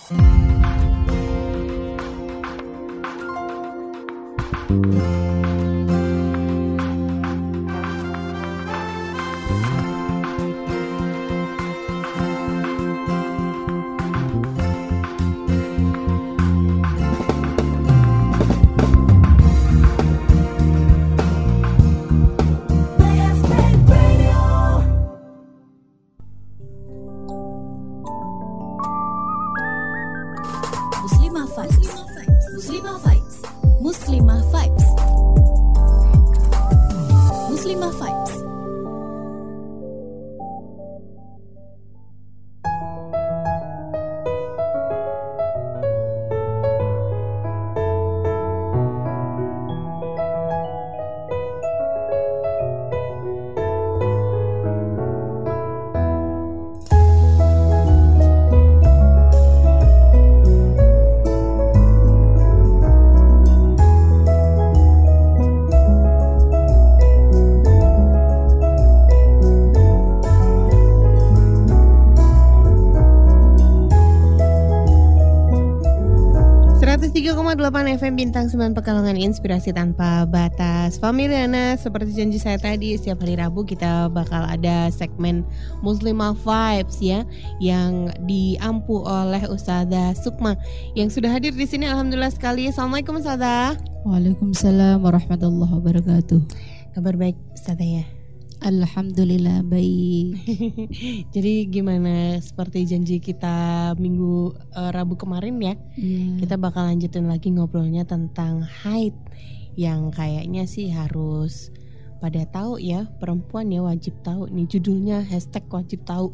FM Bintang 9 Pekalongan, inspirasi tanpa batas. Familiana, seperti janji saya tadi, setiap hari Rabu kita bakal ada segmen Muslimah Vibes ya, yang diampu oleh Ustazah Sukma yang sudah hadir di sini. Alhamdulillah sekali. Assalamualaikum Ustazah. Waalaikumsalam warahmatullahi wabarakatuh. Kabar baik Ustazah ya? Alhamdulillah baik. Jadi gimana, seperti janji kita minggu Rabu kemarin ya, kita bakal lanjutin lagi ngobrolnya tentang haid, yang kayaknya sih harus pada tahu ya, perempuan ya wajib tahu nih, judulnya #wajib tahu.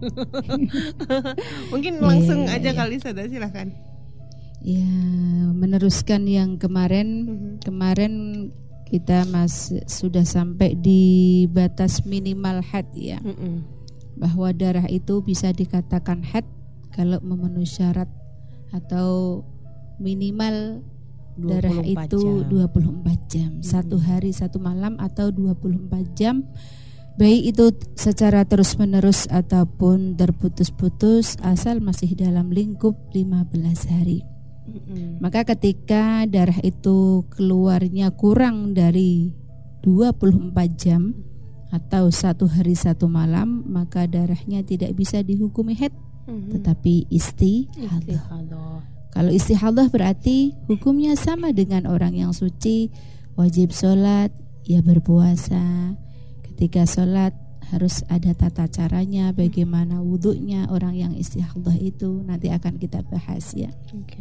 Mungkin langsung aja kali Sada, silakan. Ya, meneruskan yang kemarin kita sudah sampai di batas minimal haid ya. Bahwa darah itu bisa dikatakan haid kalau memenuhi syarat atau minimal darah itu 24 jam. Satu hari satu malam atau 24 jam. Baik itu secara terus menerus ataupun terputus-putus, asal masih dalam lingkup 15 hari. Maka ketika darah itu keluarnya kurang dari 24 jam atau satu hari satu malam, maka darahnya tidak bisa dihukumi haid, tetapi istihadah. Kalau istihadah berarti hukumnya sama dengan orang yang suci, wajib sholat, ya berpuasa. Ketika sholat harus ada tata caranya, bagaimana wudhunya orang yang istihadah itu, nanti akan kita bahas ya.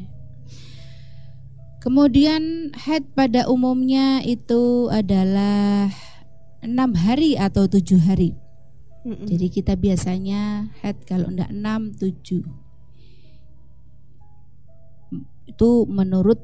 Kemudian haid pada umumnya itu adalah 6 hari atau 7 hari. Jadi kita biasanya haid kalau enggak 6, 7. Itu menurut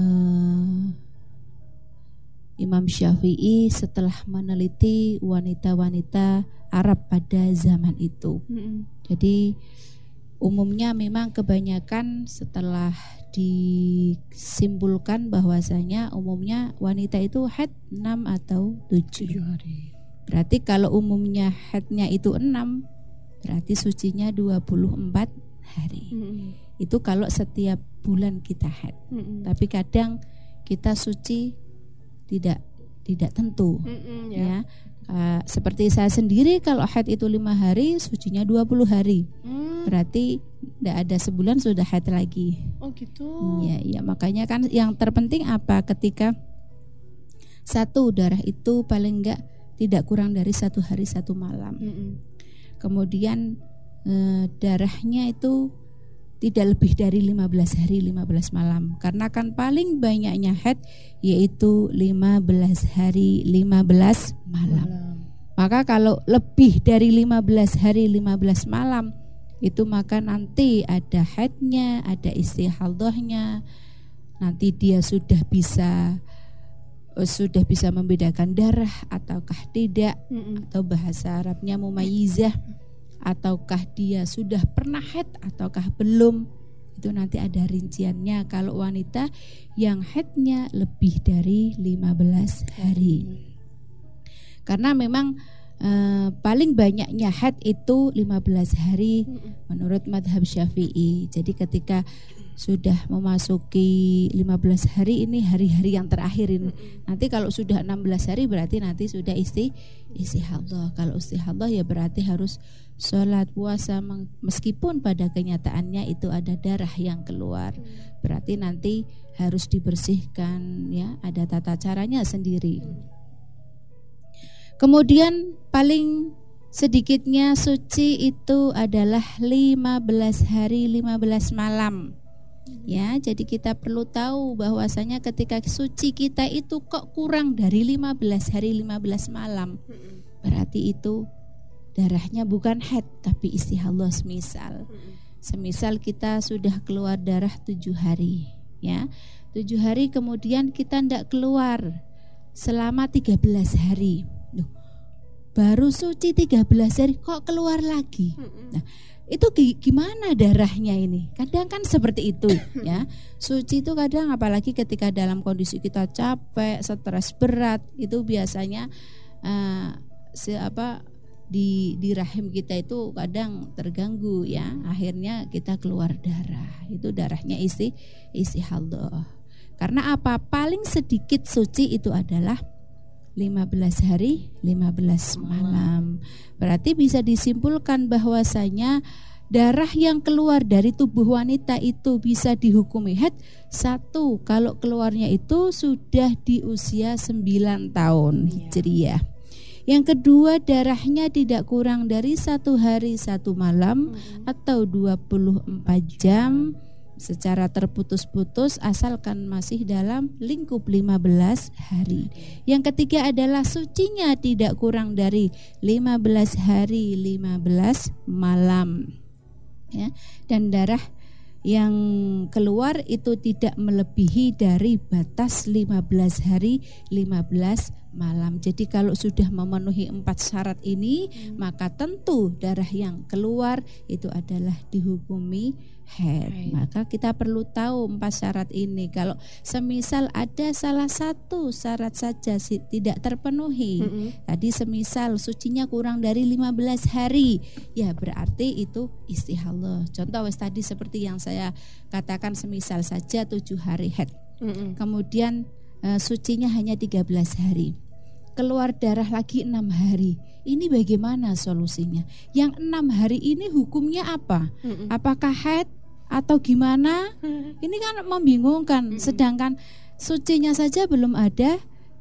Imam Syafi'i setelah meneliti wanita-wanita Arab pada zaman itu. Jadi umumnya memang kebanyakan setelah disimpulkan bahwasanya umumnya wanita itu haid 6 atau 7 hari. Berarti kalau umumnya haidnya itu 6, berarti sucinya 24 hari. Itu kalau setiap bulan kita haid. Tapi kadang kita suci tidak tentu ya. Seperti saya sendiri, kalau haid itu 5 hari, sucinya 20 hari. Berarti tidak ada sebulan sudah haid lagi. Oh gitu. Iya, makanya kan yang terpenting apa? Ketika satu darah itu paling enggak tidak kurang dari 1 hari 1 malam. Kemudian darahnya itu tidak lebih dari 15 hari 15 malam. Karena kan paling banyaknya haid yaitu 15 hari 15 malam. Maka kalau lebih dari 15 hari 15 malam itu maka nanti ada haidnya, ada istihadahnya. Nanti dia sudah bisa membedakan darah ataukah tidak, atau bahasa Arabnya mumayyizah, ataukah dia sudah pernah haid ataukah belum. Itu nanti ada rinciannya kalau wanita yang haidnya lebih dari 15 hari. Karena memang paling banyaknya haid itu 15 hari menurut madhab Syafi'i. Jadi ketika sudah memasuki 15 hari ini hari-hari yang terakhir ini. Nanti kalau sudah 16 hari berarti nanti sudah istihadhah. Kalau istihadhah ya berarti harus sholat, puasa, meskipun pada kenyataannya itu ada darah yang keluar. Berarti nanti harus dibersihkan ya, ada tata caranya sendiri. Kemudian paling sedikitnya suci itu adalah 15 hari 15 malam. Ya, jadi kita perlu tahu bahwasanya ketika suci kita itu kok kurang dari 15 hari 15 malam. Berarti itu darahnya bukan haid tapi istihadhah semisal. Semisal kita sudah keluar darah 7 hari, ya. 7 hari kemudian kita tidak keluar selama 13 hari. Loh, baru suci 13 hari kok keluar lagi. Nah, itu gimana darahnya ini? Kadang kan seperti itu ya. Suci itu kadang apalagi ketika dalam kondisi kita capek, stres berat, itu biasanya di rahim kita itu kadang terganggu ya. Akhirnya kita keluar darah. Itu darahnya istihadhah. Karena apa? Paling sedikit suci itu adalah 15 hari 15 malam. Berarti bisa disimpulkan bahwasanya darah yang keluar dari tubuh wanita itu bisa dihukumi haid. Satu, kalau keluarnya itu sudah di usia 9 tahun Hijriyah. Yang kedua, darahnya tidak kurang dari 1 hari 1 malam atau 24 jam secara terputus-putus asalkan masih dalam lingkup 15 hari. Yang ketiga adalah sucinya tidak kurang dari 15 hari 15 malam. Ya, dan darah yang keluar itu tidak melebihi dari batas 15 hari 15 malam. Jadi kalau sudah memenuhi 4 syarat ini, maka tentu darah yang keluar itu adalah dihukumi haid. Maka kita perlu tahu 4 syarat ini. Kalau semisal ada salah satu syarat saja tidak terpenuhi, tadi semisal sucinya kurang dari 15 hari, ya berarti itu istihadhah. Contoh tadi seperti yang saya katakan, semisal saja 7 hari haid. Kemudian sucinya hanya 13 hari. Keluar darah lagi 6 hari. Ini bagaimana solusinya? Yang 6 hari ini hukumnya apa? Apakah haid atau gimana? Ini kan membingungkan. Sedangkan sucinya saja belum ada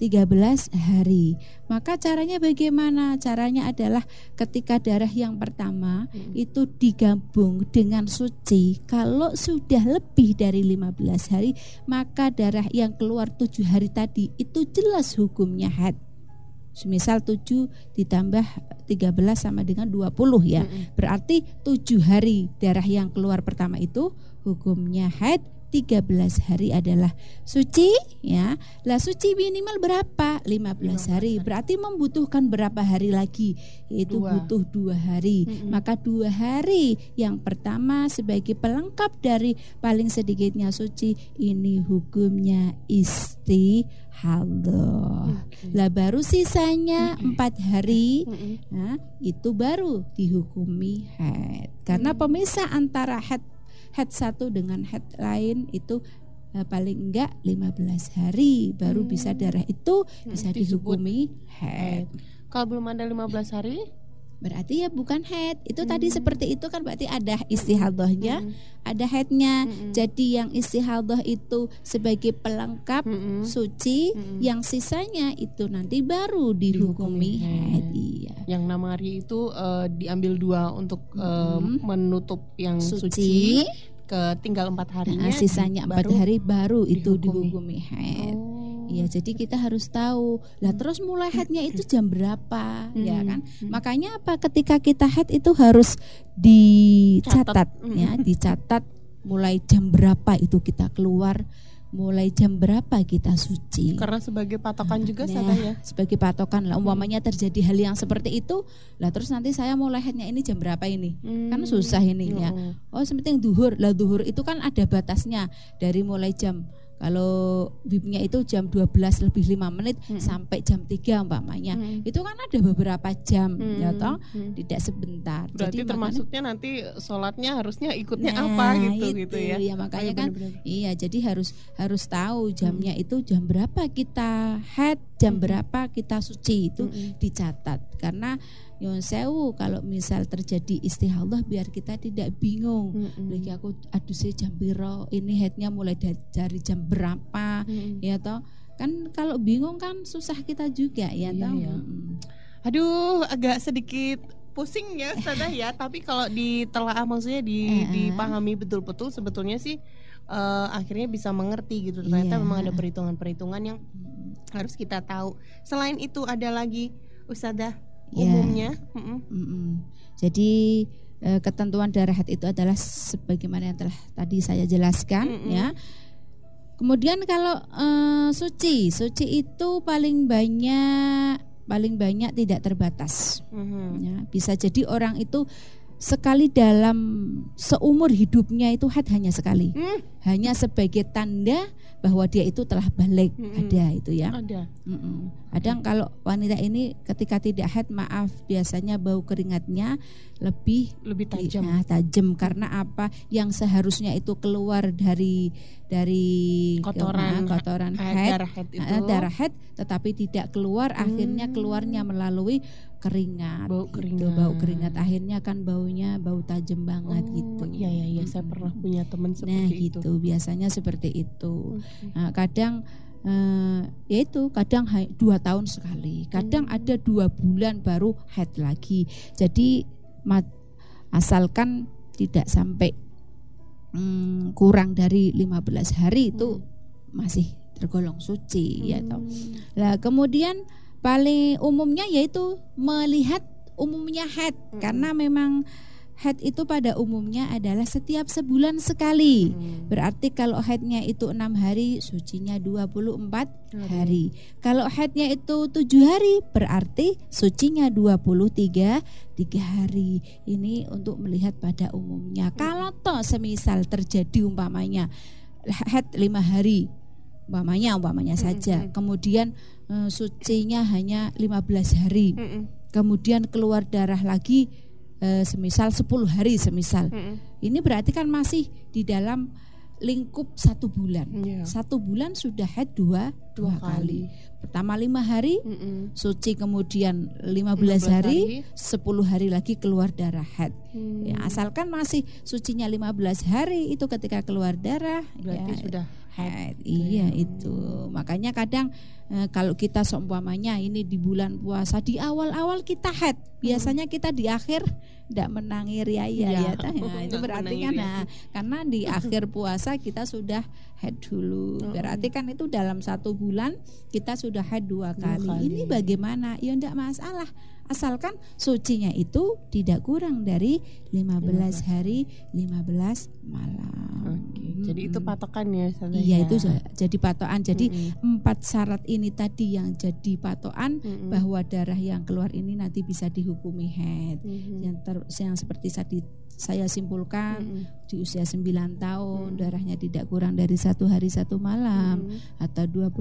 13 hari. Maka caranya bagaimana? Caranya adalah ketika darah yang pertama itu digabung dengan suci. Kalau sudah lebih dari 15 hari, maka darah yang keluar 7 hari tadi itu jelas hukumnya haid. Misal 7 ditambah 13 sama dengan 20 ya. Berarti 7 hari darah yang keluar pertama itu hukumnya haid, 13 hari adalah suci ya. Lah suci minimal berapa? 15 hari. Berarti membutuhkan berapa hari lagi? Itu butuh 2 hari. Maka 2 hari yang pertama sebagai pelengkap dari paling sedikitnya suci, ini hukumnya istihadhah. Lah baru sisanya 4 hari, nah, itu baru dihukumi haid. Karena pemisah antara haid satu dengan haid lain itu paling enggak 15 hari baru bisa darah itu bisa dihukumi haid. Kalau belum ada 15 hari berarti ya bukan haid. Itu tadi seperti itu kan berarti ada istihadhahnya, ada haidnya. Jadi yang istihadhah itu sebagai pelengkap suci, yang sisanya itu nanti baru dihukumi haid. Iya. Yang 6 hari itu diambil 2 untuk menutup yang suci. Tinggal 4 harinya, sisanya 4 hari baru itu dihukumi haid. Iya, jadi kita harus tahu. Lah terus mulai haidnya itu jam berapa, ya kan? Makanya apa? Ketika kita haid itu harus dicatat, ya, dicatat mulai jam berapa itu kita keluar, mulai jam berapa kita suci. Karena sebagai patokan juga ya, sebagai patokan lah. Umpamanya terjadi hal yang seperti itu, lah terus nanti saya mulai haidnya ini jam berapa ini? Kan susah ini ya. Oh, seperti duhur. Lah duhur itu kan ada batasnya dari mulai jam Kalau WIB-nya itu jam 12 lebih 5 menit sampai jam 3 umpamanya. Itu kan ada beberapa jam ya toh, tidak sebentar. Berarti jadi termasuknya makanya, nanti sholatnya harusnya ikutnya apa gitu ya. Ya makanya kan iya, jadi harus tahu jamnya itu jam berapa kita haid, jam berapa kita suci, itu dicatat. Karena Nyuwun sewu, kalau misal terjadi istihadah biar kita tidak bingung. Lagi aku aduh sih jam piro, ini headnya mulai dari jam berapa, ya toh. Kan kalau bingung kan susah kita juga ya toh. Iya. Aduh, agak sedikit pusing ya Ustazah ya, tapi kalau ditelaah maksudnya dipahami betul-betul sebetulnya sih akhirnya bisa mengerti gitu. Ternyata memang ada perhitungan-perhitungan yang harus kita tahu. Selain itu ada lagi Ustazah umumnya. Jadi ketentuan darah haid itu adalah sebagaimana yang telah tadi saya jelaskan ya. Kemudian kalau suci itu paling banyak tidak terbatas. Ya, bisa jadi orang itu sekali dalam seumur hidupnya itu haid hanya sekali, hanya sebagai tanda bahwa dia itu telah balik. Ada itu ya. Ada. Kadang kalau wanita ini ketika tidak haid, maaf, biasanya bau keringatnya lebih tajam karena apa? Yang seharusnya itu keluar dari kotoran haid, darah haid, tetapi tidak keluar, akhirnya keluarnya melalui keringat. Bau keringat akhirnya kan baunya bau tajam banget gitu. Iya, saya pernah punya teman seperti itu. Biasanya seperti itu. Nah, kadang kadang 2 tahun sekali, kadang ada 2 bulan baru haid lagi. Jadi asalkan tidak sampai kurang dari 15 hari itu masih tergolong suci ya toh. Lah kemudian paling umumnya yaitu melihat umumnya haid, karena memang haid itu pada umumnya adalah setiap sebulan sekali. Berarti kalau haidnya itu 6 hari, sucinya 24 hari. Kalau haidnya itu 7 hari, berarti sucinya 23 hari. Ini untuk melihat pada umumnya. Kalau toh semisal terjadi umpamanya haid 5 hari, umpamanya saja, kemudian sucinya hanya 15 hari, kemudian keluar darah lagi semisal 10 hari semisal. Ini berarti kan masih di dalam lingkup 1 bulan. 1 bulan sudah haid dua kali. Pertama 5 hari suci, kemudian 15 hari, 10 hari lagi keluar darah haid. Ya, asalkan masih sucinya 15 hari itu ketika keluar darah berarti ya, sudah haid. Iya itu. Makanya kadang kalau kita seumpamanya ini di bulan puasa, di awal-awal kita haid, biasanya kita di akhir tidak menangi riaya itu berarti kan karena di akhir puasa kita sudah haid dulu. Berarti kan itu dalam 1 bulan kita sudah haid 2 kali. Ini bagaimana? Ya tidak masalah, asalkan sucinya itu tidak kurang dari 15 hari 15 malam. Jadi itu patokannya. Iya, itu jadi patokan. Jadi 4 syarat ini tadi yang jadi patokan bahwa darah yang keluar ini nanti bisa dihukumi haid. Yang seperti saya simpulkan, di usia 9 tahun darahnya tidak kurang dari 1 hari 1 malam, atau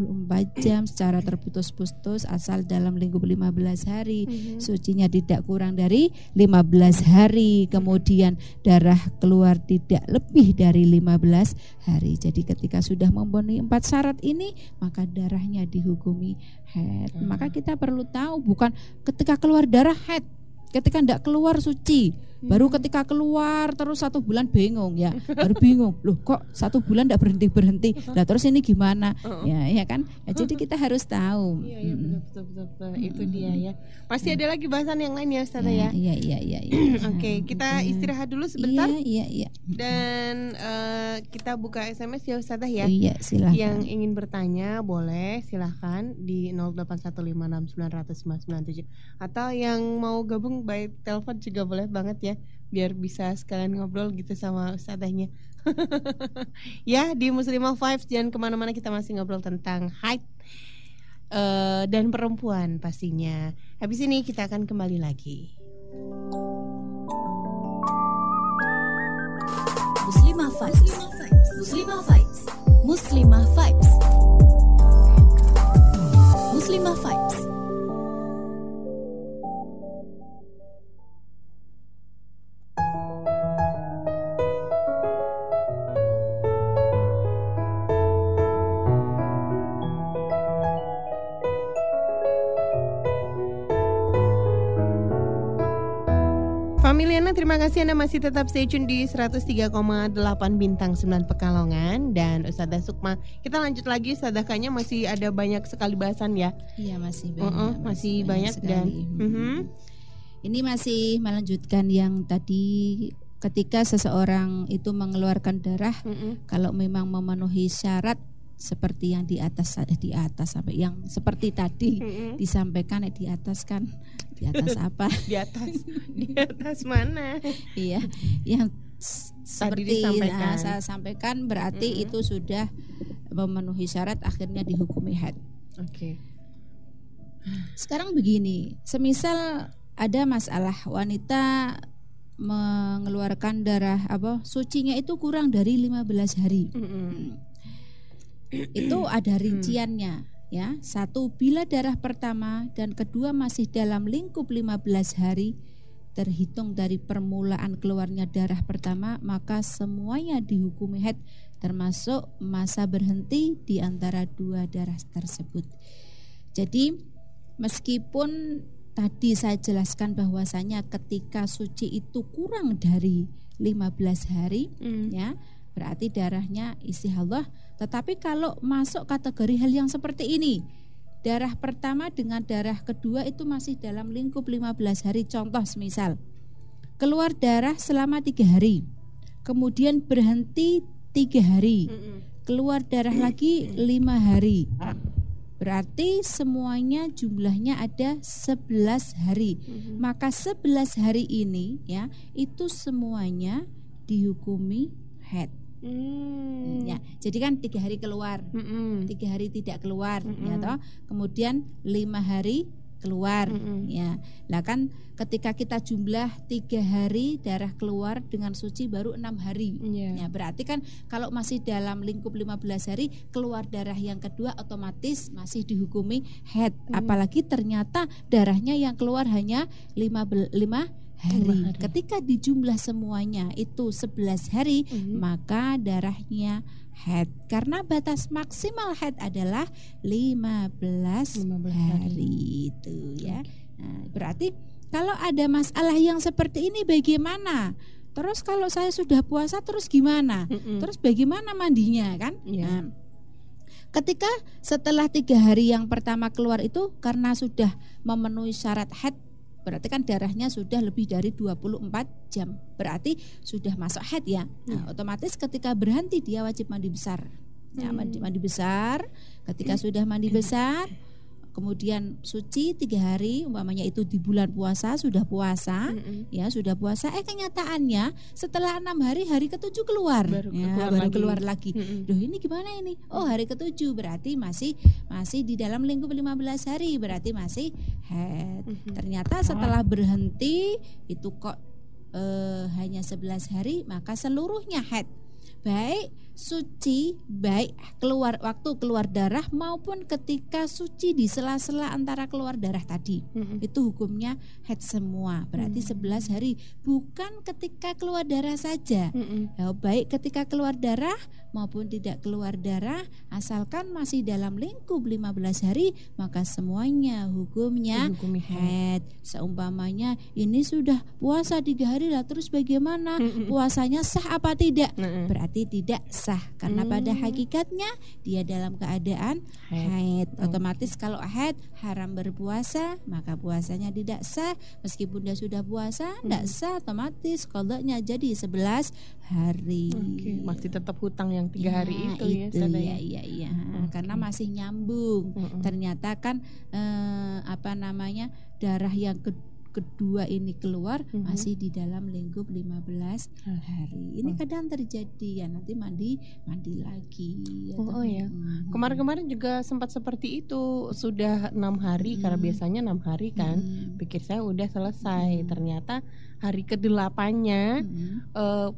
24 jam secara terputus-putus asal dalam lingkup 15 hari, sucinya tidak kurang dari 15 hari, kemudian darah keluar tidak lebih dari 15 hari. Jadi ketika sudah memenuhi 4 syarat ini, maka darahnya dihukumi haid. Maka kita perlu tahu, bukan ketika keluar darah haid, ketika tidak keluar suci, baru ketika keluar terus 1 bulan bingung ya, baru bingung, loh kok 1 bulan tidak berhenti. Nah terus ini gimana? Ya kan? Ya, jadi kita harus tahu. Iya betul. Itu dia ya. Pasti ada lagi bahasan yang lain ya Ustazah ya. Iya. Oke, kita istirahat dulu sebentar. Iya. Dan kita buka SMS ya Ustazah ya. Iya, silakan. Yang ingin bertanya boleh silahkan di 0815690097, atau yang mau gabung by telepon juga boleh banget ya, biar bisa sekalian ngobrol gitu sama Ustazahnya. Ya, di Muslimah Vibes jangan kemana-mana, kita masih ngobrol tentang haid dan perempuan pastinya. Habis ini kita akan kembali lagi. Muslimah Vibes Muslimah Vibes. Muslimah Vibes. Familiana, terima kasih Anda masih tetap stay tune di 103,8 Bintang 9 Pekalongan. Dan Ustazah Sukma, kita lanjut lagi. Ustazah, kayaknya masih ada banyak sekali bahasan ya. Iya, masih banyak. Masih banyak dan ini masih melanjutkan yang tadi, ketika seseorang itu mengeluarkan darah, kalau memang memenuhi syarat seperti yang di atas sampai yang seperti tadi disampaikan di atas kan, di atas apa? Di atas mana? Iya, yang seperti saya sampaikan berarti itu sudah memenuhi syarat, akhirnya dihukumi haid. Oke. Sekarang begini, semisal ada masalah wanita mengeluarkan darah sucinya itu kurang dari 15 hari. Itu ada rinciannya ya. 1, bila darah pertama dan kedua masih dalam lingkup 15 hari terhitung dari permulaan keluarnya darah pertama, maka semuanya dihukumi haid, termasuk masa berhenti di antara dua darah tersebut. Jadi meskipun tadi saya jelaskan bahwasanya ketika suci itu kurang dari 15 hari ya, berarti darahnya istihadah. Tetapi kalau masuk kategori hal yang seperti ini, darah pertama dengan darah kedua itu masih dalam lingkup 15 hari. Contoh semisal keluar darah selama 3 hari, kemudian berhenti 3 hari, keluar darah lagi 5 hari, berarti semuanya jumlahnya ada 11 hari. Maka 11 hari ini ya, itu semuanya dihukumi haid. Ya, jadi kan 3 hari keluar, 3 hari tidak keluar, ya toh. Kemudian 5 hari keluar, ya. Lah kan ketika kita jumlah 3 hari darah keluar dengan suci baru 6 hari. Ya, berarti kan kalau masih dalam lingkup 15 hari keluar darah yang kedua otomatis masih dihukumi haid. Apalagi ternyata darahnya yang keluar hanya 5 hari. Ketika dijumlah semuanya itu 11 hari, maka darahnya haid. Karena batas maksimal haid adalah 15 hari itu ya. Nah, berarti kalau ada masalah yang seperti ini bagaimana? Terus kalau saya sudah puasa terus gimana? Terus bagaimana mandinya kan? Nah, ketika setelah 3 hari yang pertama keluar itu karena sudah memenuhi syarat haid, berarti kan darahnya sudah lebih dari 24 jam. Berarti sudah masuk haid ya. Nah, otomatis ketika berhenti dia wajib mandi besar. Ya, mandi besar. Ketika sudah mandi besar, kemudian suci 3 hari, umpamanya itu di bulan puasa, sudah puasa, ya sudah puasa. Kenyataannya setelah 6 hari, hari ke-7 keluar, baru keluar lagi. Duh, ini gimana ini? Oh, hari ke-7 berarti masih di dalam lingkup 15 hari, berarti masih haid. Ternyata setelah berhenti itu kok hanya 11 hari, maka seluruhnya haid. Baik suci, baik waktu keluar darah maupun ketika suci di sela-sela antara keluar darah tadi, itu hukumnya haid semua. Berarti 11 hari, bukan ketika keluar darah saja. Ya, baik ketika keluar darah maupun tidak keluar darah, asalkan masih dalam lingkup 15 hari, maka semuanya hukumnya haid. Seumpamanya ini sudah puasa 3 hari lah, terus bagaimana? Puasanya sah apa tidak? Berarti tidak sah, karena pada hakikatnya dia dalam keadaan haid. Otomatis kalau haid haram berpuasa, maka puasanya tidak sah. Meskipun dia sudah puasa tidak sah, otomatis qadanya jadi 11 hari. Masih tetap hutang yang 3 hari itu ya. Iya. Karena masih nyambung. Ternyata kan darah yang kedua ini keluar masih di dalam lingkup 15 hari. Ini kadang terjadi ya, nanti mandi lagi. Kemarin-kemarin juga sempat seperti itu, sudah 6 hari karena biasanya 6 hari kan. Pikir saya udah selesai. Ternyata hari ke-8-nya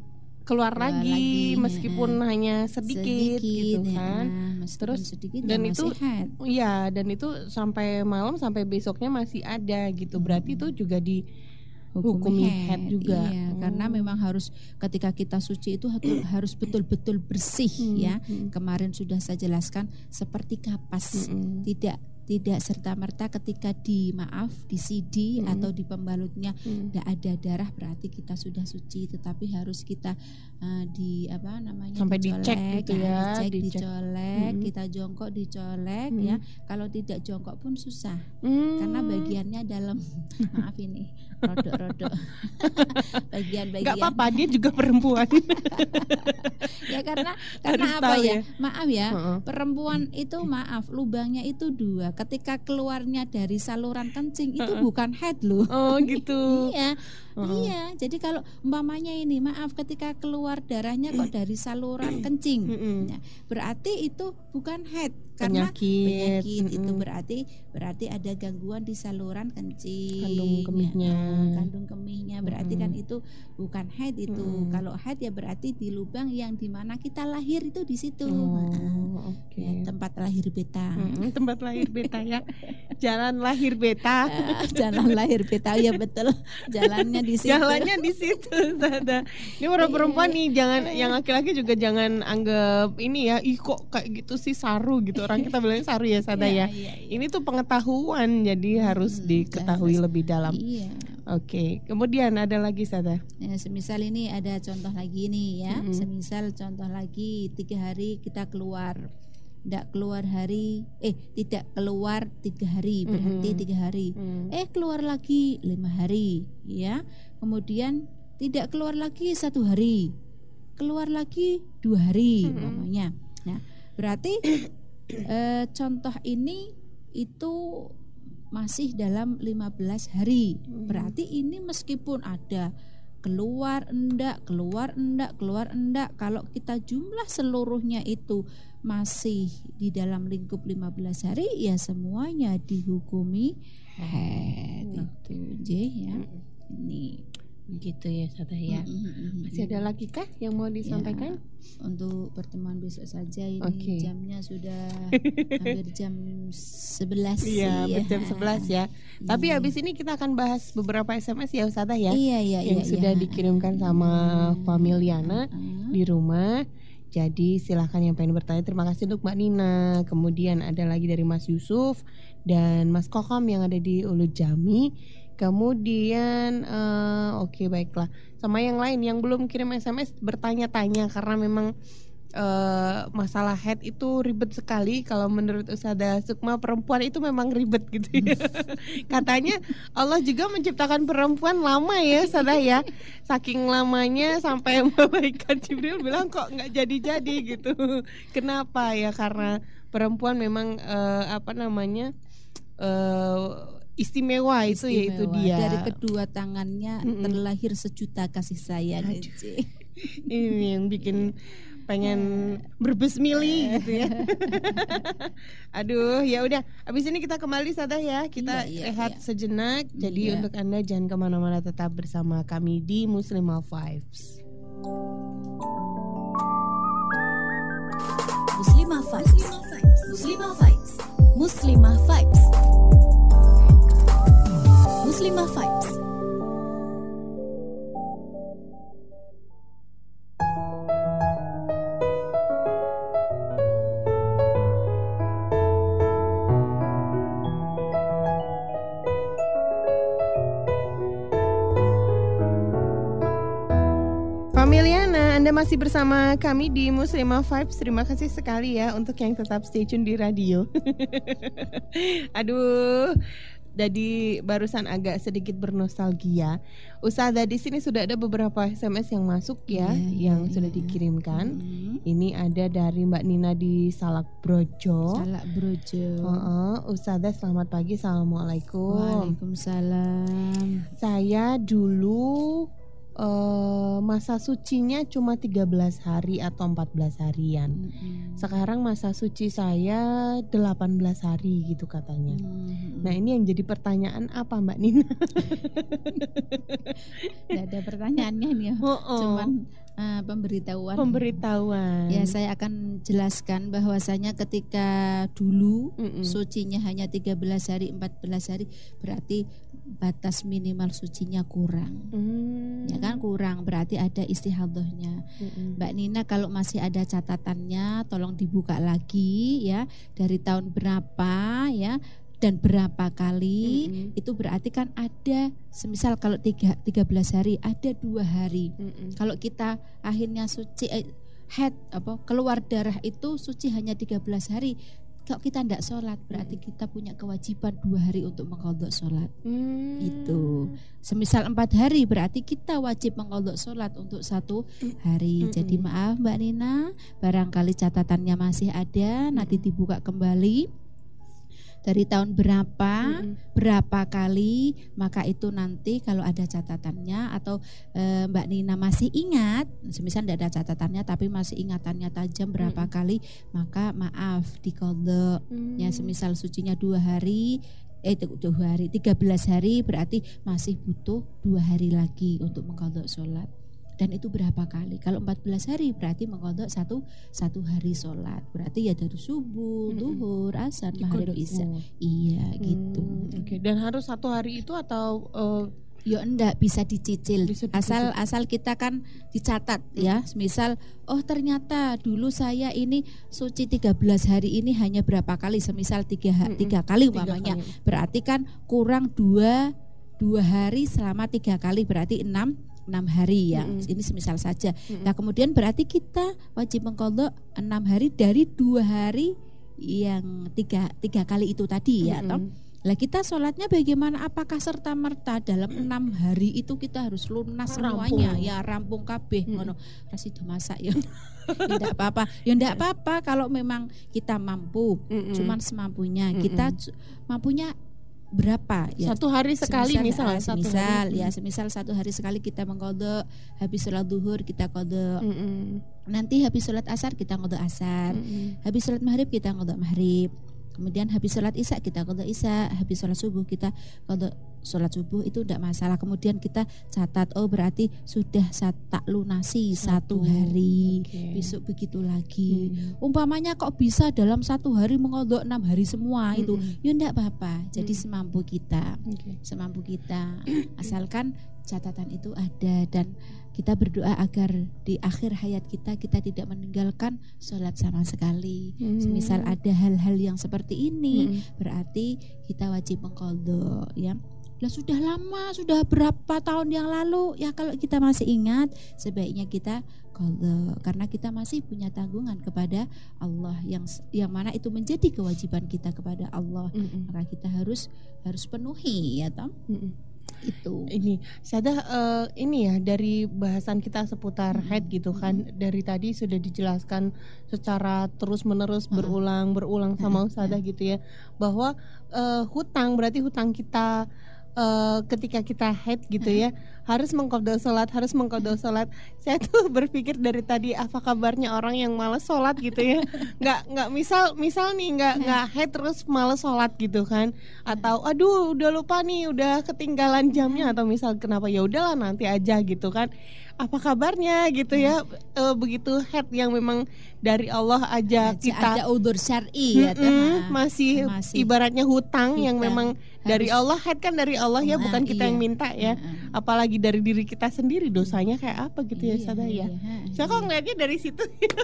keluar lagi meskipun hanya sedikit gitu kan. Terus sedikit dan ya itu iya, dan itu sampai malam sampai besoknya masih ada gitu. Berarti itu juga dihukumi haid juga. Iya, karena memang harus ketika kita suci itu harus betul-betul bersih ya. Kemarin sudah saya jelaskan seperti kapas. Tidak serta-merta ketika di CD atau di pembalutnya tidak ada darah berarti kita sudah suci, tetapi harus kita sampai dicek gitu ya, dicolek, kita jongkok dicolek ya. Kalau tidak jongkok pun susah karena bagiannya dalam maaf ini rodok-rodok bagian-bagian. Gak apa-apa, dia juga perempuan. Ya karena apa ya? Maaf ya, perempuan itu lubangnya itu 2. Ketika keluarnya dari saluran kencing itu bukan haid loh. Oh gitu. Iya. Iya, jadi kalau umpamanya ini ketika keluar darahnya kok dari saluran kencing, nah, berarti itu bukan haid karena penyakit itu berarti ada gangguan di saluran kencing, kandung kemihnya berarti kan itu bukan haid itu. Kalau haid ya berarti di lubang yang dimana kita lahir itu di situ. Ya, tempat lahir beta. Tempat lahir beta ya. Jalan lahir beta. Jalan lahir beta ya betul. Jalannya di situ. Jalannya di situ. Ini orang perempuan nih, jangan yang laki-laki juga jangan anggap ini ya, ih kok kayak gitu sih saru gitu. Orang kita bilangnya saru ya Sada ya. Ini tuh pengetahuan, jadi harus diketahui lebih dalam. Iya. Oke, kemudian ada lagi Sada. Semisal ini ada contoh lagi nih ya. Semisal contoh lagi 3 hari kita keluar. Tidak keluar 3 hari berarti 3 hari. Keluar lagi 5 hari ya. Kemudian tidak keluar lagi 1 hari. Keluar lagi 2 hari namanya. Nah, berarti contoh ini itu masih dalam 15 hari. Berarti ini meskipun ada keluar enggak, kalau kita jumlah seluruhnya itu masih di dalam lingkup 15 hari ya semuanya dihukumi haid. Itu J ya. Ini gitu ya Sada ya. Masih ada lagi kah yang mau disampaikan? Ya, untuk pertemuan besok saja ini jamnya sudah hampir jam 11. Iya, jam 11 ya. Tapi habis ini kita akan bahas beberapa SMS ya Sada ya. Yang sudah dikirimkan sama Familiana di rumah. Jadi silahkan yang pengen bertanya. Terima kasih untuk Mbak Nina. Kemudian ada lagi dari Mas Yusuf dan Mas Kokam yang ada di Ulu Jami. Kemudian baiklah. Sama yang lain yang belum kirim SMS bertanya-tanya karena memang masalah haid itu ribet sekali. Kalau menurut Ustazah Sukma perempuan itu memang ribet gitu ya. Katanya Allah juga menciptakan perempuan lama ya Ustazah ya. Saking lamanya sampai malaikat Jibril bilang kok nggak jadi-jadi gitu. Kenapa ya? Karena perempuan memang istimewa itu yaitu dia. Dari kedua tangannya terlahir sejuta kasih sayang. Ini yang bikin pengen berbesmili gitu ya. Aduh, ya udah. Abis ini kita kembali Sada ya. Kita rehat sejenak. Jadi untuk Anda jangan kemana-mana, tetap bersama kami di Muslimah Vibes. Muslimah Vibes. Muslimah Vibes. Muslimah Vibes. Muslimah Vibes. Familiana, Anda masih bersama kami di Muslimah Vibes. Terima kasih sekali ya untuk yang tetap stay tune di radio. Aduh, jadi barusan agak sedikit bernostalgia. Ustazah di sini sudah ada beberapa SMS yang masuk ya, yang sudah dikirimkan. Ini ada dari Mbak Nina di Salak Brojo. Ustazah selamat pagi, assalamualaikum. Waalaikumsalam. Saya dulu masa sucinya cuma 13 hari atau 14 harian. Sekarang masa suci saya 18 hari gitu katanya. Nah ini yang jadi pertanyaan apa Mbak Nina? Gak ada pertanyaannya nih, cuman Pemberitahuan. Ya, saya akan jelaskan bahwasanya ketika dulu sucinya hanya 13 hari, 14 hari, berarti batas minimal sucinya kurang. Ya kan, kurang, berarti ada istihadahnya. Mbak Nina kalau masih ada catatannya tolong dibuka lagi ya, dari tahun berapa ya dan berapa kali. Itu berarti kan ada, semisal kalau 13 hari ada 2 hari. Kalau kita akhirnya suci keluar darah itu suci hanya 13 hari, kalau kita tidak sholat berarti kita punya kewajiban 2 hari untuk mengqadha sholat. Itu semisal 4 hari berarti kita wajib mengqadha sholat untuk 1 hari. Jadi maaf Mbak Nina, barangkali catatannya masih ada, nanti dibuka kembali dari tahun berapa, berapa kali, maka itu nanti kalau ada catatannya atau Mbak Nina masih ingat, semisal tidak ada catatannya tapi masih ingatannya tajam berapa kali, maka maaf diqadha. Ya, semisal sucinya 2 hari, 13 hari berarti masih butuh 2 hari lagi untuk mengqadha sholat. Dan itu berapa kali? Kalau 14 hari berarti mengqadha satu hari sholat. Berarti ya dari subuh, zuhur, asar, maghrib, isya. Iya gitu. Oke. Dan harus 1 hari itu atau ya enggak, bisa dicicil. Asal kita kan dicatat ya. Misal ternyata dulu saya ini suci 13 hari ini hanya berapa kali? Semisal 3 kali umpamanya. Berarti kan kurang 2 hari selama 3 kali berarti 6 hari ya. Ini semisal saja. Nah, kemudian berarti kita wajib mengqadha 6 hari dari 2 hari yang 3 kali itu tadi ya toh. Lah kita sholatnya bagaimana? Apakah serta merta dalam 6 hari itu kita harus lunas semuanya? Ya rampung kabeh ngono. Rasido masak ya. Tidak apa-apa. Ya enggak apa-apa kalau memang kita mampu. Cuman semampunya. Kita mampunya berapa ya? 1 hari sekali semisal 1 hari sekali kita mengqadha, habis sholat zuhur kita qadha. Nanti habis sholat asar kita qadha asar. Habis sholat maghrib kita qadha maghrib. Kemudian habis sholat isya kita qadha isya, habis sholat subuh kita qadha sholat subuh, itu tidak masalah. Kemudian kita catat, berarti sudah tak lunasi 1 hari. Besok begitu lagi. Umpamanya kok bisa dalam 1 hari mengqadha 6 hari semua itu, ya enggak apa-apa. Jadi semampu kita, semampu kita. Asalkan catatan itu ada dan kita berdoa agar di akhir hayat kita tidak meninggalkan sholat sama sekali. Semisal ada hal-hal yang seperti ini, berarti kita wajib mengqadha ya. Lah sudah lama, sudah berapa tahun yang lalu ya, kalau kita masih ingat sebaiknya kita qadha karena kita masih punya tanggungan kepada Allah yang mana itu menjadi kewajiban kita kepada Allah. Maka kita harus penuhi ya toh. Itu ini Sadah, ini ya dari bahasan kita seputar haid gitu kan, dari tadi sudah dijelaskan secara terus menerus berulang sama Ustadzah gitu ya, bahwa hutang berarti hutang kita ketika kita haid gitu ya, harus mengqadha sholat. Saya tuh berpikir dari tadi, apa kabarnya orang yang malas sholat gitu ya, nggak misal nih nggak haid terus malas sholat gitu kan, atau aduh udah lupa nih, udah ketinggalan jamnya, atau misal kenapa ya udahlah nanti aja gitu kan. Apa kabarnya gitu ya, begitu haid yang memang dari Allah aja kita ada udzur syar'i ya masih ibaratnya hutang yang memang dari Allah. Haid kan dari Allah ya, bukan kita yang minta ya. Apalagi dari diri kita sendiri, dosanya kayak apa gitu ya Sadah ya. Saya kok ngeliatnya dari situ.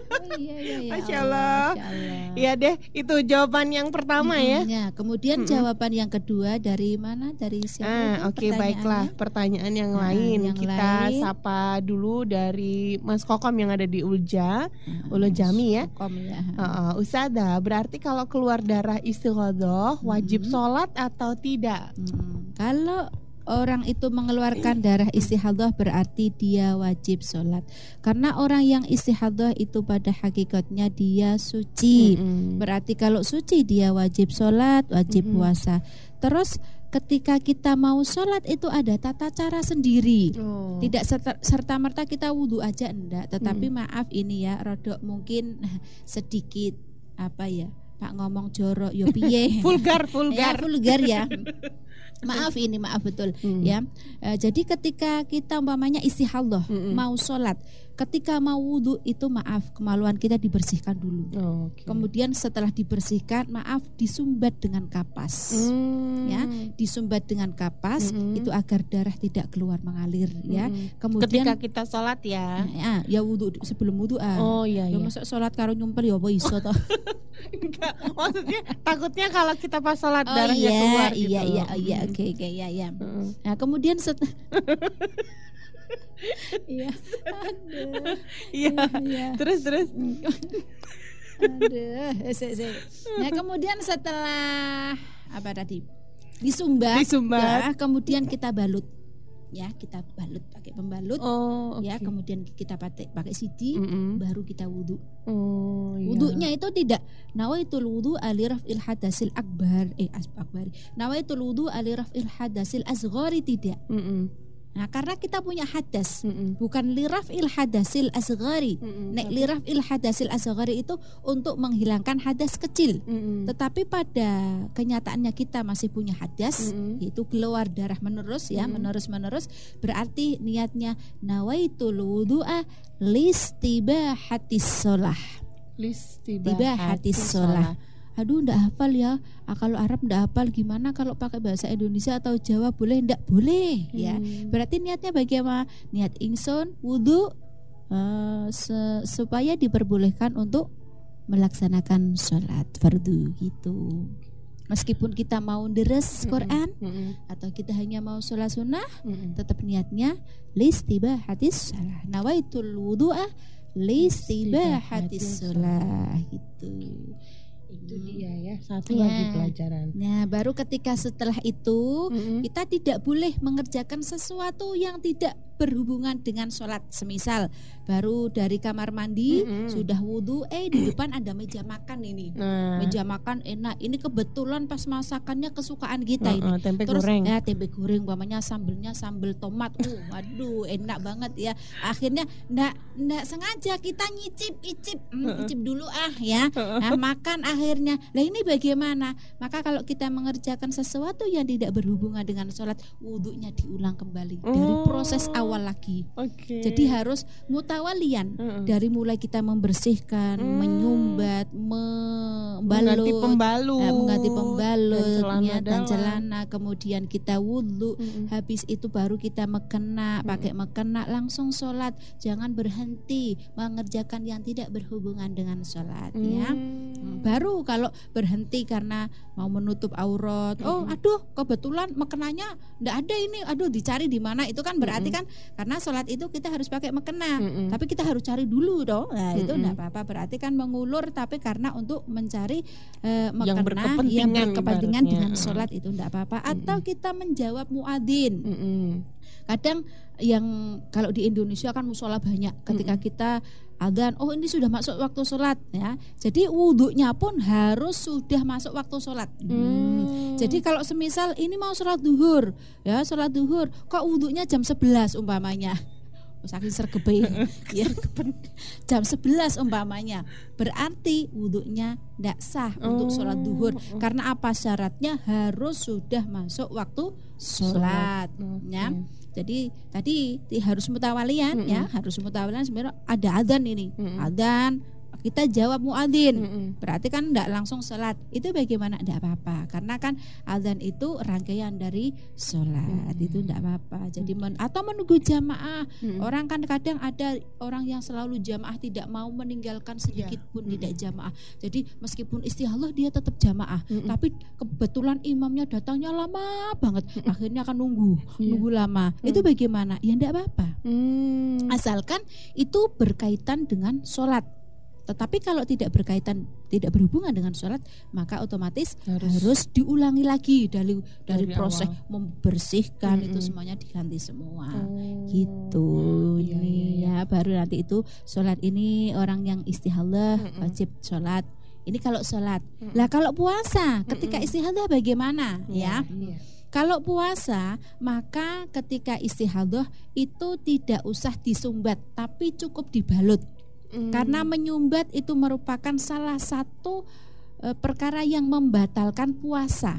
Masya Allah. Iya deh, itu jawaban yang pertama ya. Kemudian jawaban yang kedua dari mana? Dari siapa? Oke, baiklah, pertanyaan yang lain kita sapa dulu dari Mas Kokom yang ada di Ulja, Jami ya. Ustadzah, berarti kalau keluar darah istighadah wajib sholat atau tidak? Kalau orang itu mengeluarkan darah istihadhah berarti dia wajib sholat. Karena orang yang istihadhah itu pada hakikatnya dia suci. Berarti kalau suci dia wajib sholat, wajib puasa. Terus ketika kita mau sholat itu ada tata cara sendiri. Tidak serta-merta kita wudhu aja enggak. Tetapi maaf ini ya, rodok mungkin sedikit Pak ngomong jorok yo piye. vulgar ya. Maaf betul ya. Jadi ketika kita umpamanya istihadah mau sholat, ketika mau wudhu itu maaf kemaluan kita dibersihkan dulu. Kemudian setelah dibersihkan disumbat dengan kapas. Ya, disumbat dengan kapas itu agar darah tidak keluar mengalir ya. Kemudian ketika kita sholat ya wudhu sebelum wudhu. Masa sholat karo nyumpel ya apa iso toh. Enggak, maksudnya takutnya kalau kita pas sholat darahnya keluar gitu. Oke, Nah, kemudian terus. Nah, kemudian setelah apa tadi? Disumbat. Ya, kemudian kita balut. Ya, kita balut pakai pembalut. Ya, kemudian kita pakai sidi, baru kita wudhu. Wudhunya itu tidak nawaitul wudhu ali raf'il hadasil akbar nawaitul wudhu ali raf'il hadasil asghari tidak. Nah, karena kita punya hadas, bukan liraf'il hadasil asghari. Nek liraf'il hadasil asghari itu untuk menghilangkan hadas kecil. Tetapi pada kenyataannya kita masih punya hadas, yaitu keluar darah menerus ya, menerus. Berarti niatnya nawaitul wudu'a listibahatis shalah. Listibahatis shalah. Aduh, ndak hafal ya. Kalau Arab ndak hafal, gimana kalau pakai bahasa Indonesia atau Jawa boleh? Ndak boleh ya. Berarti niatnya bagaimana? Niat ingsun wudu supaya diperbolehkan untuk melaksanakan sholat fardu gitu. Meskipun kita mau deres Quran atau kita hanya mau sholat sunnah, tetap niatnya listibahatis shalah. Nawaitul wudu'a listibahatis shalah gitu. Itu dia ya, satu lagi pelajaran. Nah, baru ketika setelah itu kita tidak boleh mengerjakan sesuatu yang tidak berhubungan dengan sholat. Semisal baru dari kamar mandi sudah wudhu, di depan ada meja makan ini. Meja makan enak. Ini kebetulan pas masakannya kesukaan kita ini. Tempe goreng. Ya, tempe goreng, umpamanya sambelnya sambel tomat. Waduh, enak banget ya. Akhirnya ndak sengaja kita nyicip dulu ya. Nah, makan akhirnya. Nah, ini bagaimana? Maka kalau kita mengerjakan sesuatu yang tidak berhubungan dengan sholat, wudhunya diulang kembali dari proses awal lagi. Jadi harus mutawalian dari mulai kita membersihkan, menyumbat, mengganti pembalut, dan celana, kemudian kita wudhu, habis itu baru kita mekena, pakai mekena langsung sholat. Jangan berhenti mengerjakan yang tidak berhubungan dengan sholat ya. Baru kalau berhenti karena mau menutup aurat, aduh kebetulan mekenanya ndak ada ini, aduh dicari di mana, itu kan berarti kan karena sholat itu kita harus pakai mekena, tapi kita harus cari dulu dong. Nah, itu enggak apa-apa, berarti kan mengulur tapi karena untuk mencari mekena yang berkepentingan dengan sholat itu enggak apa-apa. Atau kita menjawab muadzin. Kadang yang kalau di Indonesia kan musola banyak, ketika kita adzan, ini sudah masuk waktu sholat ya. Jadi wudhunya pun harus sudah masuk waktu sholat. Jadi kalau semisal ini mau sholat duhur ya, sholat duhur kok wudhunya jam 11 umpamanya, saking sergepe ya, jam 11 umpamanya, berarti wudhunya tidak sah untuk sholat duhur. Karena apa? Syaratnya harus sudah masuk waktu sholat ya. Jadi tadi harus mutawalian ya, harus mutawalian. Sebenarnya ada adzan ini, adzan kita jawab muadzin, berarti kan tidak langsung sholat. Itu bagaimana? Tidak apa-apa, karena kan adzan itu rangkaian dari sholat, itu tidak apa-apa. Jadi atau menunggu jamaah. Orang kan kadang ada orang yang selalu jamaah, tidak mau meninggalkan sedikit pun tidak jamaah. Jadi meskipun istihadah dia tetap jamaah, tapi kebetulan imamnya datangnya lama banget, akhirnya akan nunggu lama. Itu bagaimana? Ya tidak apa-apa, asalkan itu berkaitan dengan sholat. Tetapi kalau tidak berhubungan dengan sholat, maka otomatis harus diulangi lagi dari proses awal. Membersihkan itu semuanya diganti semua. Gitu. Ini ya, baru nanti itu sholat ini orang yang istihadah wajib sholat. Ini kalau sholat. Lah kalau puasa ketika istihadah bagaimana ya? Kalau puasa, maka ketika istihadah itu tidak usah disumbat, tapi cukup dibalut. Karena menyumbat itu merupakan salah satu perkara yang membatalkan puasa.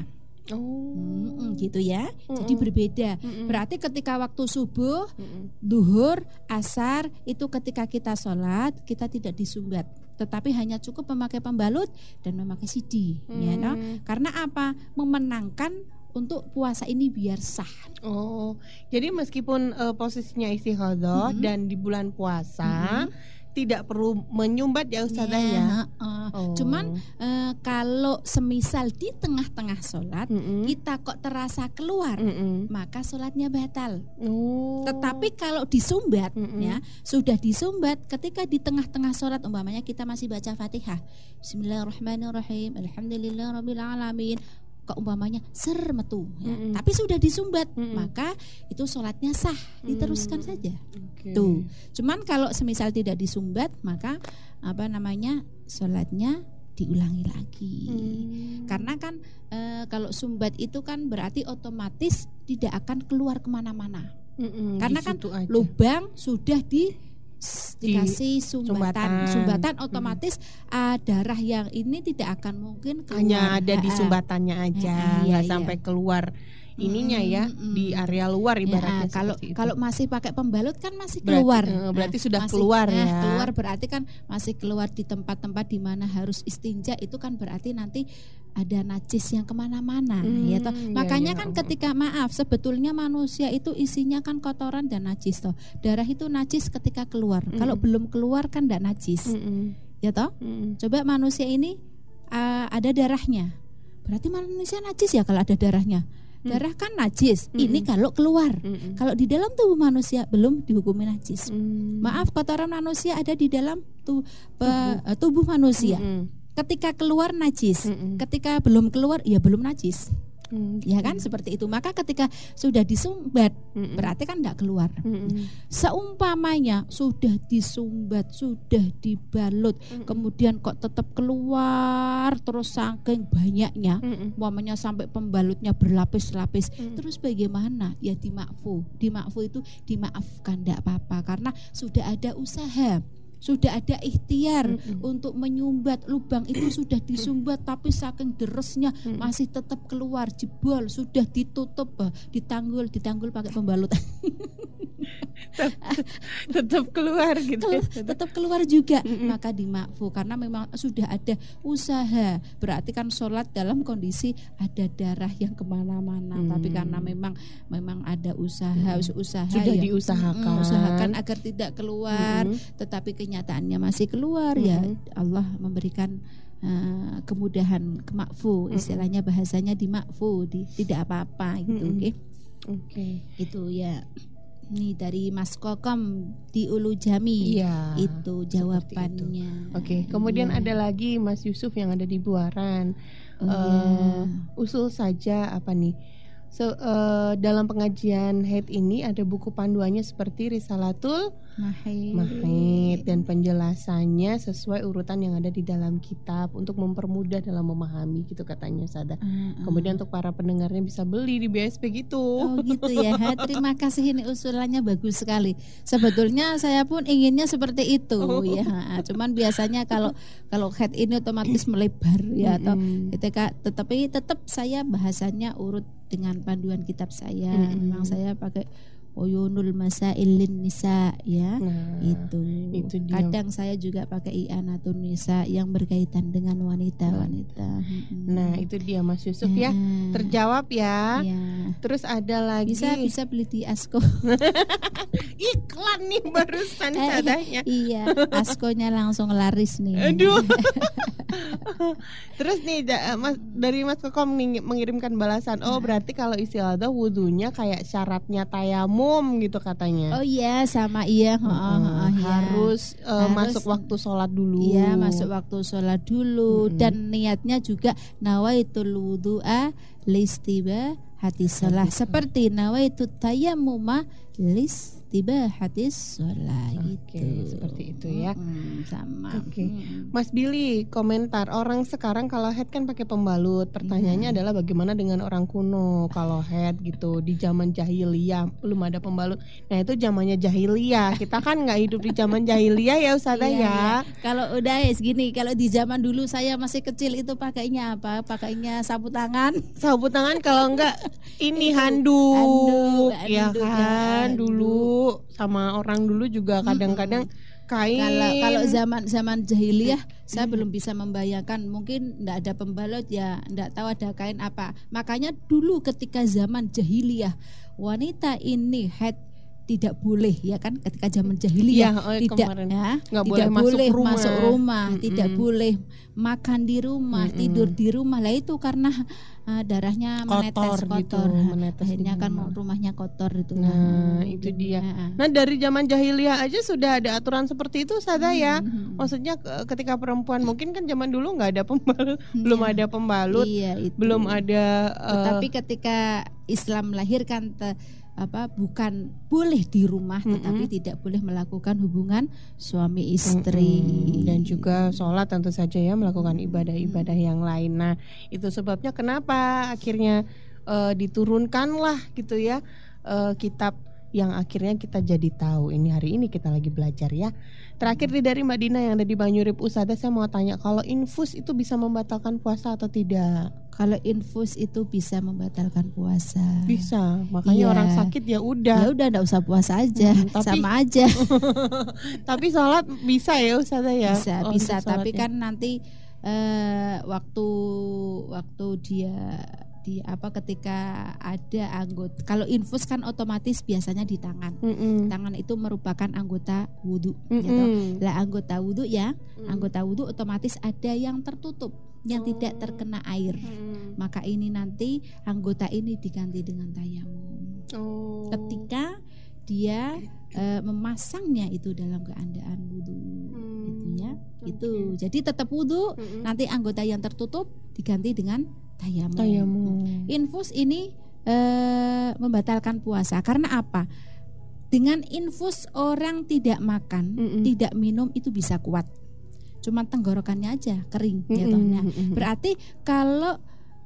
Gitu ya. Jadi berbeda. Berarti ketika waktu subuh, duhur, asar itu ketika kita sholat kita tidak disumbat, tetapi hanya cukup memakai pembalut dan memakai sidi. Ya, no? Karena apa? Memenangkan untuk puasa ini biar sah. Jadi meskipun posisinya istighadah dan di bulan puasa tidak perlu menyumbat ya Ustazah ya. Cuman kalau semisal di tengah-tengah sholat kita kok terasa keluar, maka sholatnya batal. Tetapi kalau disumbat, ya sudah disumbat ketika di tengah-tengah sholat, umpamanya kita masih baca Fatihah, Bismillahirrahmanirrahim, Alhamdulillahirabbil alamin, kok umpamanya metu ya, tapi sudah disumbat, maka itu sholatnya sah, diteruskan saja. Tuh. Cuman kalau semisal tidak disumbat, maka sholatnya diulangi lagi. Karena kan kalau sumbat itu kan berarti otomatis tidak akan keluar kemana-mana. Karena kan lubang sudah dikasih sumbatan otomatis darah yang ini tidak akan mungkin keluar. Hanya ada di sumbatannya aja, nggak sampai keluar ininya ya di area luar ibaratnya. Kalau masih pakai pembalut kan masih keluar. Berarti sudah keluar ya. Keluar berarti kan masih keluar di tempat-tempat di mana harus istinja, itu kan berarti nanti ada najis yang kemana-mana. Ya toh. Makanya kan ketika sebetulnya manusia itu isinya kan kotoran dan najis toh. Darah itu najis ketika keluar. Kalau belum keluar kan tidak najis. Ya toh. Coba manusia ini ada darahnya. Berarti manusia najis ya kalau ada darahnya. Darah kan najis. Ini kalau keluar. Kalau di dalam tubuh manusia belum dihukumi najis. Maaf, kotoran manusia ada di dalam tubuh manusia. Ketika keluar najis, ketika belum keluar ya belum najis. Ya kan seperti itu. Maka ketika sudah disumbat berarti kan tidak keluar. Seumpamanya sudah disumbat, sudah dibalut, kemudian kok tetap keluar terus saking banyaknya, umpamanya sampai pembalutnya berlapis-lapis, terus bagaimana? Ya dimakfu. Dimakfu itu dimaafkan, tidak apa-apa, karena sudah ada usaha, sudah ada ikhtiar untuk menyumbat. Lubang itu sudah disumbat tapi saking deresnya masih tetap keluar, jebol, sudah ditutup, ditanggul pakai pembalut. tetap keluar gitu. Tetap keluar juga, maka dimakfu karena memang sudah ada usaha. Berarti kan sholat dalam kondisi ada darah yang kemana-mana, tapi karena memang ada usaha sudah diusahakan agar tidak keluar, tetapi kenyataannya masih keluar. Ya Allah memberikan kemudahan, kemakfu, istilahnya bahasanya dimakfu, tidak apa-apa gitu. Oke. Itu ya. Nih dari Mas Kokom di Ulu Jami, itu jawabannya. Oke. Kemudian ada lagi Mas Yusuf yang ada di Buaran. Usul saja apa nih? Dalam pengajian haid ini ada buku panduannya seperti Risalatul Mahid dan penjelasannya sesuai urutan yang ada di dalam kitab untuk mempermudah dalam memahami gitu katanya Sada. Kemudian untuk para pendengarnya bisa beli di BSP gitu. Oh gitu ya. Terima kasih, ini usulannya bagus sekali. Sebetulnya saya pun inginnya seperti itu ya. Cuman biasanya kalau haid ini otomatis melebar ya atau tetapi tetap saya bahasanya urut dengan panduan kitab saya. Memang saya pakai Uyunul Masailin Nisa ya. Itu dia. Kadang saya juga pakai I'anatun Nisa yang berkaitan dengan wanita-wanita. Nah, itu dia Mas Yusuf ya. Terjawab ya. Terus ada lagi bisa beli di Asko. Iklan nih barusan sadanya. Iya, Askonya langsung laris nih. Aduh. Terus nih dari Mas Kokom nih mengirimkan balasan. Oh, berarti kalau istighadah wudunya kayak syaratnya tayamum gitu katanya. Oh iya, sama harus masuk waktu sholat dulu. Iya, masuk waktu sholat dulu dan niatnya juga nawaitul wudu'a listiba hati sholat, seperti nawaitu tayammuma istibahatis shalah gitu. Seperti itu ya. Sama. Mas Billy, komentar, orang sekarang kalau head kan pakai pembalut. Pertanyaannya adalah bagaimana dengan orang kuno kalau head gitu di zaman jahiliyah belum ada pembalut. Nah, itu zamannya jahiliyah. Kita kan nggak hidup di zaman jahiliyah ya Ustazah ya. Kalau udah segini, kalau di zaman dulu saya masih kecil itu pakainya apa? Pakainya sapu tangan. Sapu tangan kalau enggak ini handuk ya kan. Dulu sama orang dulu juga kadang-kadang kain. Kalau zaman jahiliyah saya belum bisa membayangkan, mungkin enggak ada pembalut ya, enggak tahu ada kain apa. Makanya dulu ketika zaman jahiliyah wanita ini head tidak boleh ya kan, ketika zaman jahiliyah tidak boleh masuk rumah, tidak boleh makan di rumah, tidur di rumah. Lah itu karena darahnya kotor. Akhirnya kan rumahnya kotor itu. Nah, itu dia. Nah, dari zaman jahiliyah aja sudah ada aturan seperti itu Ustazah ya. Maksudnya ketika perempuan, mungkin kan zaman dulu nggak ada pembalut, belum ada pembalut, belum ada. Tetapi ketika Islam melahirkan bukan boleh di rumah, tetapi tidak boleh melakukan hubungan suami istri dan juga sholat tentu saja ya, melakukan ibadah-ibadah yang lain. Nah, itu sebabnya kenapa akhirnya diturunkanlah gitu ya kitab yang akhirnya kita jadi tahu. Ini hari ini kita lagi belajar ya. Terakhir dari Mbak Dina yang ada di Banyurip Ustazah, saya mau tanya, kalau infus itu bisa membatalkan puasa atau tidak? Kalau infus itu bisa membatalkan puasa. Bisa, makanya orang sakit ya udah. Ya udah, enggak usah puasa aja, sama aja. Tapi sholat bisa ya Ustazah ya? Bisa, tapi kan nanti waktu dia ketika ada anggota, kalau infus kan otomatis biasanya di tangan. Tangan itu merupakan anggota wudhu. Gitu. Lah anggota wudhu anggota wudhu otomatis ada yang tertutup, yang tidak terkena air. Maka ini nanti anggota ini diganti dengan tayamum. Ketika dia memasangnya itu dalam keadaan wudhu, gitu ya. Itu jadi tetap wudhu, nanti anggota yang tertutup diganti dengan tayamum. Infus ini membatalkan puasa karena apa? Dengan infus orang tidak makan, tidak minum itu bisa kuat. Cuma tenggorokannya aja kering ya toh. Nah, berarti kalau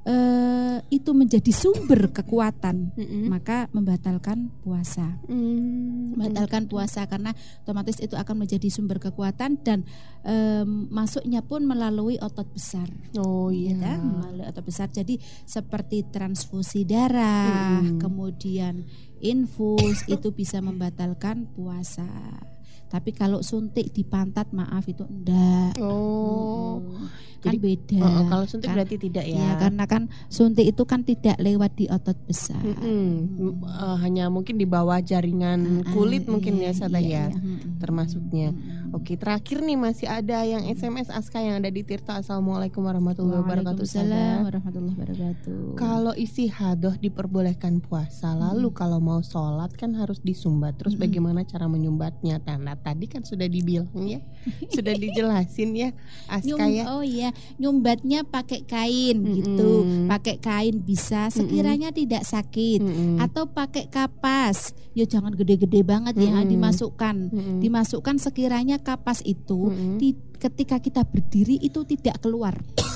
itu menjadi sumber kekuatan, maka membatalkan puasa. Membatalkan puasa karena otomatis itu akan menjadi sumber kekuatan dan masuknya pun melalui otot besar. Melalui otot besar. Jadi seperti transfusi darah, kemudian infus itu bisa membatalkan puasa. Tapi kalau suntik di pantat, maaf itu enggak. Kan jadi, beda. Kalau suntik kan, berarti tidak ya? Ya, karena kan suntik itu kan tidak lewat di otot besar. Hanya mungkin di bawah jaringan kulit mungkin ya Ustazah ya. Termasuknya. Oke, terakhir nih masih ada yang SMS Aska yang ada di Tirta. Assalamualaikum warahmatullahi wabarakatuh. Waalaikumsalam warahmatullahi wabarakatuh. Kalau istihadah diperbolehkan puasa, lalu kalau mau sholat kan harus disumbat. Terus bagaimana cara menyumbatnya? Tadi kan sudah dibilang ya, sudah dijelasin ya Aska ya. Oh iya, nyumbatnya pakai kain gitu. Pakai kain bisa sekiranya tidak sakit, atau pakai kapas. Ya jangan gede-gede banget ya, dimasukkan sekiranya kapas itu ketika kita berdiri itu tidak keluar.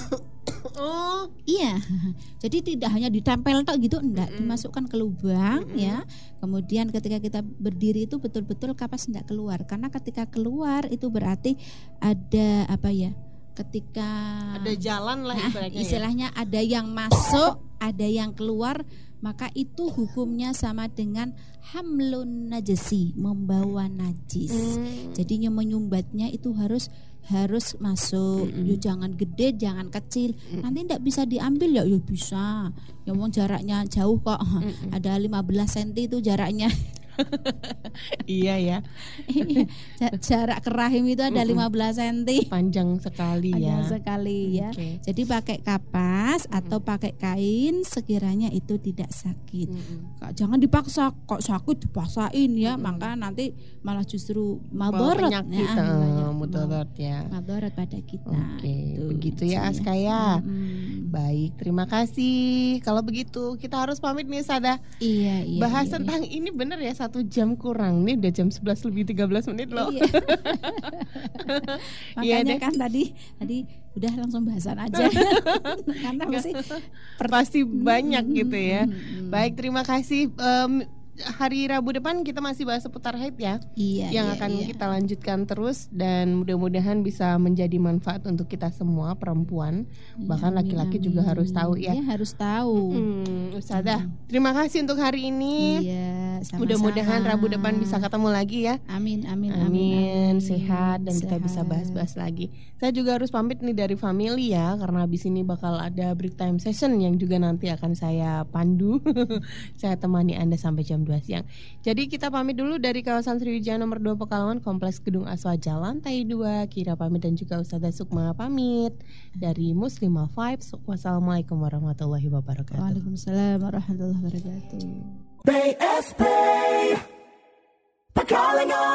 Iya, jadi tidak hanya ditempel tok gitu, enggak, dimasukkan ke lubang ya. Kemudian ketika kita berdiri itu betul-betul kapas enggak keluar, karena ketika keluar itu berarti ada apa ya? Ketika ada jalan lah istilahnya ada yang masuk, ada yang keluar, maka itu hukumnya sama dengan hamlun najasi, membawa najis. Jadi menyumbatnya itu harus masuk. Yo jangan gede, jangan kecil. Nanti tidak bisa diambil ya, yo bisa. Ya mau jaraknya jauh kok. Ada 15 cm itu jaraknya. Iya ya. Jarak ke rahim itu ada 15 cm. Panjang sekali ya. Panjang sekali ya. Jadi pakai kapas atau pakai kain sekiranya itu tidak sakit. Jangan dipaksa, kok sakit dipaksain ya, maka nanti malah justru madharat ya. Mudarat ya. Madharat pada kita. Begitu ya Aska ya. Baik, terima kasih. Kalau begitu kita harus pamit nih Sada. Iya. Bahas tentang ini bener ya 1 jam kurang. Nih udah jam 11 lebih 13 menit loh. Iya. Makanya kan tadi udah langsung bahasan aja. Karena pasti banyak gitu ya. Baik, terima kasih. Hari Rabu depan kita masih bahas seputar haid ya. Yang akan kita lanjutkan terus, dan mudah-mudahan bisa menjadi manfaat untuk kita semua perempuan, bahkan laki-laki juga harus tahu ya. Iya, harus tahu. Ustazah, terima kasih untuk hari ini. Iya, sama-sama. Mudah-mudahan Rabu depan bisa ketemu lagi ya. Amin. Sehat dan kita bisa bahas-bahas lagi. Saya juga harus pamit nih dari family ya, karena habis ini bakal ada break time session yang juga nanti akan saya pandu. Saya temani Anda sampai jam 2 siang. Jadi kita pamit dulu dari kawasan Sriwijaya nomor 2 Pekalongan, Kompleks Gedung Aswaja lantai 2. Kira pamit dan juga Ustazah Sukma pamit dari Muslimah Vibes. Wassalamualaikum warahmatullahi wabarakatuh. Waalaikumsalam warahmatullahi wabarakatuh. BSP Pekalongan.